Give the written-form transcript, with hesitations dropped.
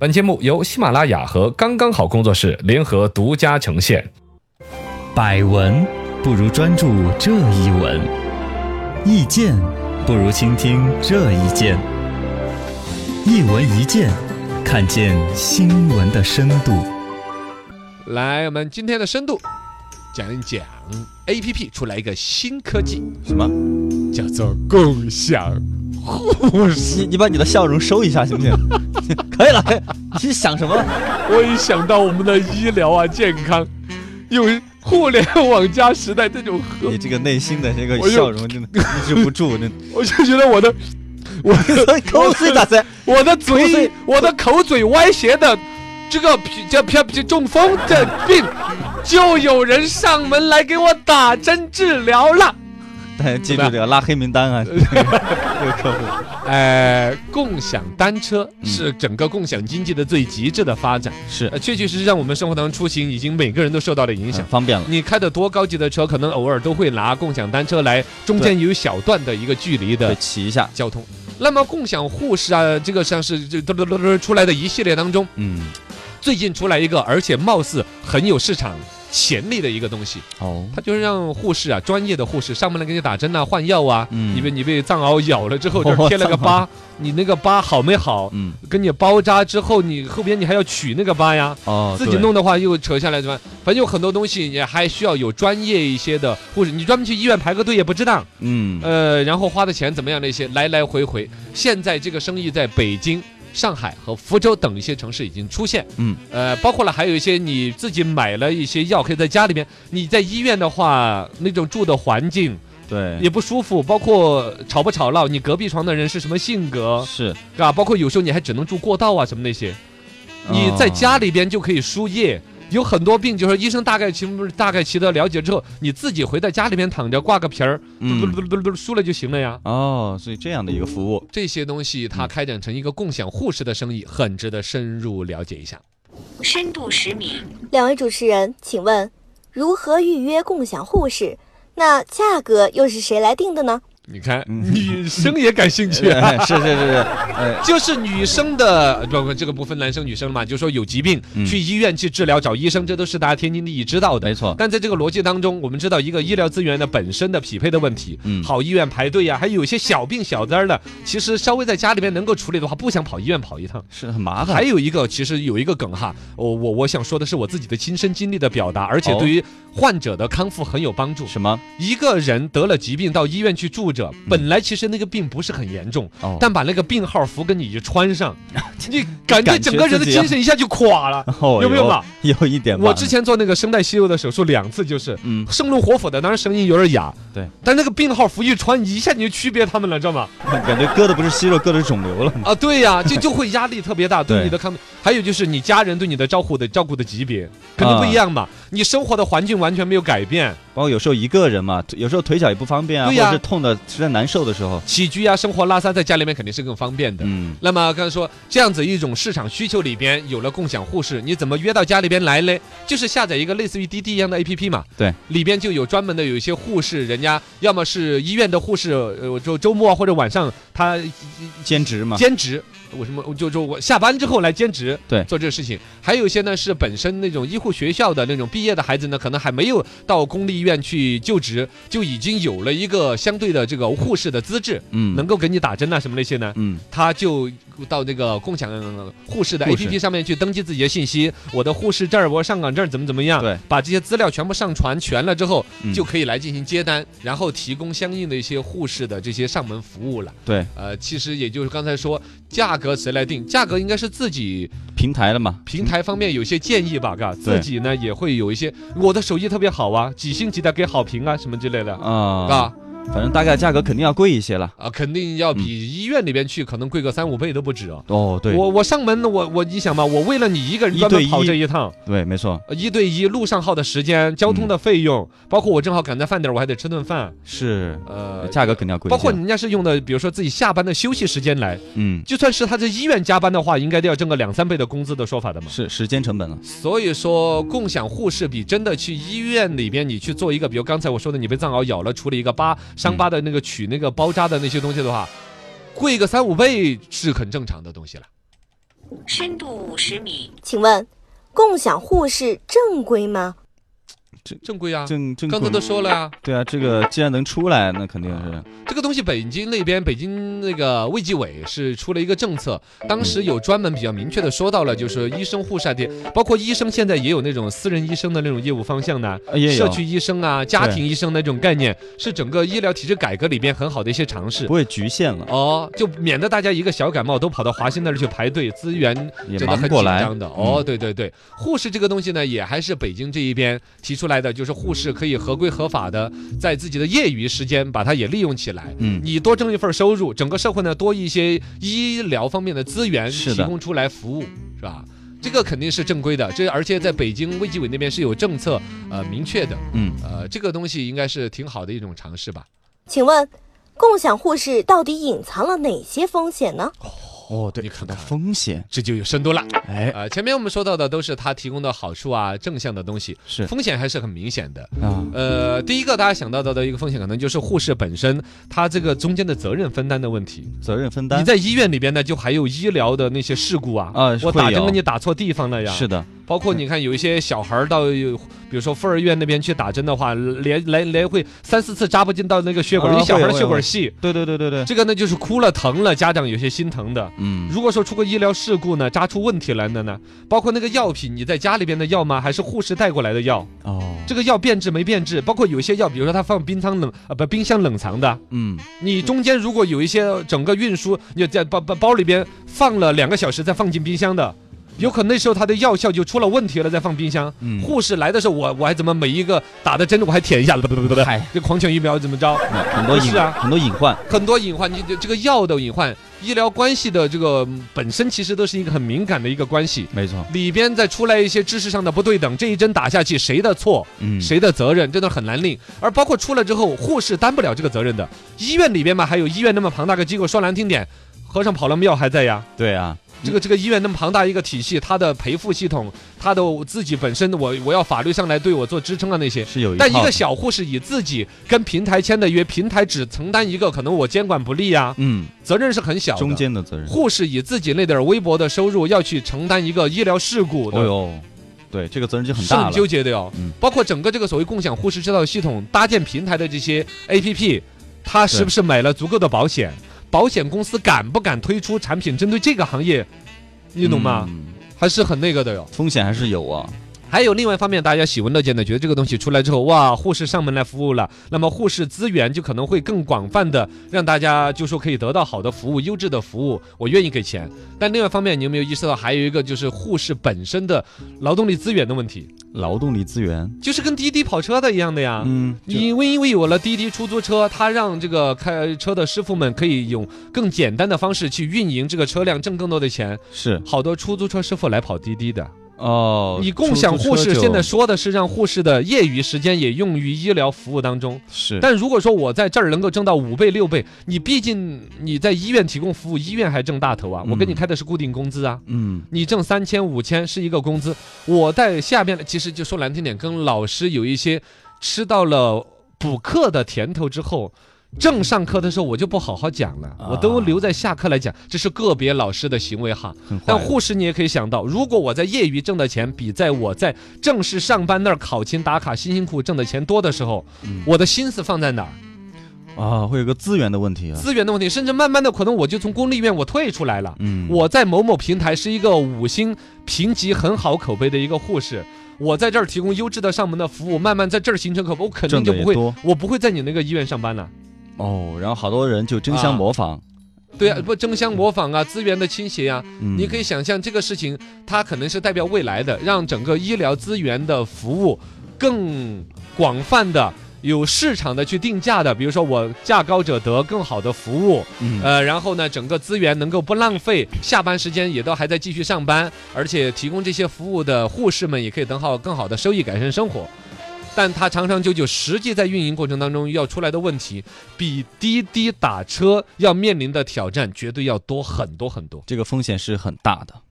本节目由喜马拉雅和刚刚好工作室联合独家呈现。 百闻不如专注这一闻，意见不如倾听这一见。一闻一见，看见新闻的深度。 来，我们今天的深度讲一讲 APP 出来一个新科技， 什么？ 叫做共享护士。 你把你的笑容收一下行不行？可以了，可以。你想什么？ 我一想到我们的医疗啊、健康，有互联网加时代这种你这个内心的这个笑容真的抑制不住。 我就觉得我的口水咋子？ 我的口嘴歪斜的这个中风的病，就有人上门来给我打针治疗了。 但记住这个拉黑名单啊，这个客户。 共享单车是整个共享经济的最极致的发展， 是确确实实让我们生活当中出行已经每个人都受到了影响， 方便了。 你开的多高级的车，可能偶尔都会拿共享单车来，中间有小段的一个距离的骑一下交通。那么共享护士啊，这个像是出来的一系列当中，最近出来一个，而且貌似很有市场潜力的一个东西，它就是让护士啊，专业的护士上门来给你打针啊、换药啊。你被藏獒咬了之后，这贴了个疤，你那个疤好没好？跟你包扎之后，你后边你还要取那个疤呀。自己弄的话又扯下来，反正有很多东西，你还需要有专业一些的护士，你专门去医院排个队也不值当。然后花的钱怎么样的一些来来回回，现在这个生意在北京、上海和福州等一些城市已经出现，包括了还有一些你自己买了一些药，可以在家里面。你在医院的话，那种住的环境对也不舒服，包括吵不吵闹，你隔壁床的人是什么性格， 是啊，包括有时候你还只能住过道啊什么那些，你在家里边就可以输液。有很多病，就是医生大概其的了解之后，你自己回在家里面躺着挂个瓶儿，输了就行了呀。 所以这样的一个服务， 这些东西它开展成一个共享护士的生意，很值得深入了解一下。 深度10米。 两位主持人，请问如何预约共享护士？那价格又是谁来定的呢？ 你看，女生也感兴趣是， 就是女生的不，这个不分男生女生嘛，就是说有疾病去医院去治疗找医生，这都是大家天经地义知道的， 没错。 但在这个逻辑当中，我们知道一个医疗资源的本身的匹配的问题，好医院排队呀，还有一些小病小灾的，其实稍微在家里面能够处理的话，不想跑医院跑一趟是很麻烦。 还有一个，其实有一个梗哈，我想说的是我自己的亲身经历的表达，而且对于患者的康复很有帮助。 什么？ 一个人得了疾病到医院去住着，本来其实那个病不是很严重，但把那个病号符跟你一穿上，你感觉整个人的精神一下就垮了，有没有嘛？ 有一点吧。 我之前做那个声带息肉的手术2次，就是生龙活虎的，当然声音有点哑， 对， 但那个病号符一穿，一下你就区别他们了，知道吗？ 感觉割的不是息肉，割的是肿瘤了啊！对呀，就会压力特别大，对你的康复。还有就是你家人对你的照顾的级别肯定不一样嘛，你生活的环境完全没有改变， 包括有时候一个人嘛，有时候腿脚也不方便啊，或者是痛的实在难受的时候， 起居啊、生活拉撒在家里面肯定是更方便的。那么刚才说这样子一种市场需求里边有了共享护士，你怎么约到家里边来嘞？就是下载一个类似于滴滴一样的 APP 嘛， 对，里边就有专门的有一些护士，人家要么是医院的护士，周末或者晚上他兼职嘛， 为什么就我下班之后来兼职， 对， 做这个事情。还有一些呢是本身那种医护学校的那种毕业的孩子呢，可能还没有到公立医院去就职，就已经有了一个相对的这个护士的资质，能够给你打针啊什么那些呢，他就到那个共享护士的 APP 上面去登记自己的信息，我的护士证，我上岗证怎么样， 对， 把这些资料全部上传全了之后，就可以来进行接单，然后提供相应的一些护士的这些上门服务了。 对， 其实也就是刚才说价格谁来定？价格应该是自己平台了嘛？ 平台方面有些建议吧，自己呢也会有一些，我的手艺特别好啊，几星级的给好评啊，什么之类的啊。 反正大概价格肯定要贵一些了啊，肯定要比医院里边去可能贵个3-5倍都不止哦。对， 我上门我你想嘛，我为了你一个人专门跑这一趟， 对，没错 ，1对1路上耗的时间、交通的费用，包括我正好赶在饭点，我还得吃顿饭， 是价格肯定要贵一些。 包括人家是用的，比如说自己下班的休息时间来，就算是他在医院加班的话，应该都要挣个2-3倍的工资的说法的嘛， 是时间成本了。 所以说，共享护士比真的去医院里边你去做一个，比如刚才我说的，你被藏獒咬了，处理一个伤疤的那个取那个包扎的那些东西的话，贵个3-5倍是很正常的东西了。 深度50米。 请问，共享护士正规吗？ 正规啊， 正刚才都说了呀。 对啊，这个既然能出来，那肯定是这个东西。北京那个卫计委是出了一个政策，当时有专门比较明确的说到了，就是医生、护士啊，包括医生现在也有那种私人医生的那种业务方向呢，社区医生啊、家庭医生那种概念，是整个医疗体制改革里边很好的一些尝试， 不会局限了哦，就免得大家一个小感冒都跑到华西那儿去排队，资源真的很紧张的。哦，对，护士这个东西呢，也还是北京这一边提出来的，就是护士可以合规合法的在自己的业余时间把它也利用起来，你多挣一份收入，整个社会呢多一些医疗方面的资源提供出来服务，是吧？这个肯定是正规的，而且在北京卫计委那边是有政策明确的，这个东西应该是挺好的一种尝试吧。 请问，共享护士到底隐藏了哪些风险呢？ 哦，对，你看到风险， 这就有深度了。 哎， 前面我们说到的都是它提供的好处啊，正向的东西， 是风险还是很明显的啊。第一个大家想到的一个风险，可能就是护士本身它这个中间的责任分担的问题。 责任分担， 你在医院里边呢，就还有医疗的那些事故啊，我打针给你打错地方了呀。 是的。 包括你看有一些小孩到比如说妇儿院那边去打针的话，来回3-4次扎不进到那个血管，小孩的血管细， 对， 这个呢就是哭了疼了，家长有些心疼的。如果说出个医疗事故呢，扎出问题来了呢，包括那个药品，你在家里边的药吗？还是护士带过来的药？这个药变质没变质？包括有些药，比如说它放冰箱冷藏的，你中间如果有一些整个运输，你在包里边放了2个小时再放进冰箱的。有可能那时候它的药效就出了问题了，再放冰箱。护士来的时候，我还怎么每一个打的针我还舔一下，这狂犬疫苗怎么着？ 很多隐患， 很多隐患。你这个药的隐患，医疗关系的这个本身其实都是一个很敏感的一个关系。 没错， 里边再出来一些知识上的不对等，这一针打下去谁的错，谁的责任，真的很难令。而包括出了之后，护士担不了这个责任的。医院里边嘛，还有医院那么庞大个机构，说难听点，和尚跑了庙还在呀。 对啊。 这个医院那么庞大一个体系，它的赔付系统，它的自己本身，我要法律上来对我做支撑啊，那些是有一套。 但一个小护士以自己跟平台签的约，平台只承担一个可能我监管不力啊，责任是很小的， 中间的责任。 护士以自己那点微薄的收入要去承担一个医疗事故， 对，这个责任就很大了， 是很纠结的哟。包括整个这个所谓共享护士这套系统搭建平台的这些 APP， 它是不是买了足够的保险？保险公司敢不敢推出产品针对这个行业，你懂吗？还是很那个的哟， 风险还是有啊。 还有另外一方面，大家喜闻乐见的，觉得这个东西出来之后，哇，护士上门来服务了，那么护士资源就可能会更广泛的让大家就说可以得到好的服务、优质的服务，我愿意给钱。但另外一方面，你有没有意识到还有一个就是护士本身的劳动力资源的问题？ 劳动力资源就是跟滴滴跑车的一样的呀。因为有了滴滴出租车，它让这个开车的师傅们可以用更简单的方式去运营这个车辆，挣更多的钱。 是好多出租车师傅来跑滴滴的。 你共享护士现在说的是让护士的业余时间也用于医疗服务当中， 是。 但如果说我在这儿能够挣到5倍6倍，你毕竟你在医院提供服务，医院还挣大头啊，我给你开的是固定工资啊，你挣3000、5000是一个工资，我在下面其实就说难听点，跟老师有一些吃到了补课的甜头之后。正上课的时候我就不好好讲了，我都留在下课来讲，这是个别老师的行为哈。但护士你也可以想到，如果我在业余挣的钱比在我在正式上班那儿考勤打卡辛辛苦挣的钱多的时候，我的心思放在哪儿？ 会有个资源的问题啊， 资源的问题，甚至慢慢的可能我就从公立医院我退出来了。我在某某平台是一个5星评级很好口碑的一个护士。我在这儿提供优质的上门的服务，慢慢在这儿形成口碑，我肯定就不会，我不会在你那个医院上班了。 然后好多人就争相模仿， 对啊，不争相模仿啊，资源的倾斜啊，你可以想象这个事情，它可能是代表未来的，让整个医疗资源的服务更广泛的。有市场的去定价的，比如说我价高者得更好的服务，然后呢，整个资源能够不浪费，下班时间也都还在继续上班，而且提供这些服务的护士们也可以得到更好的收益，改善生活。但它长长久久实际在运营过程当中要出来的问题，比滴滴打车要面临的挑战绝对要多很多很多， 这个风险是很大的。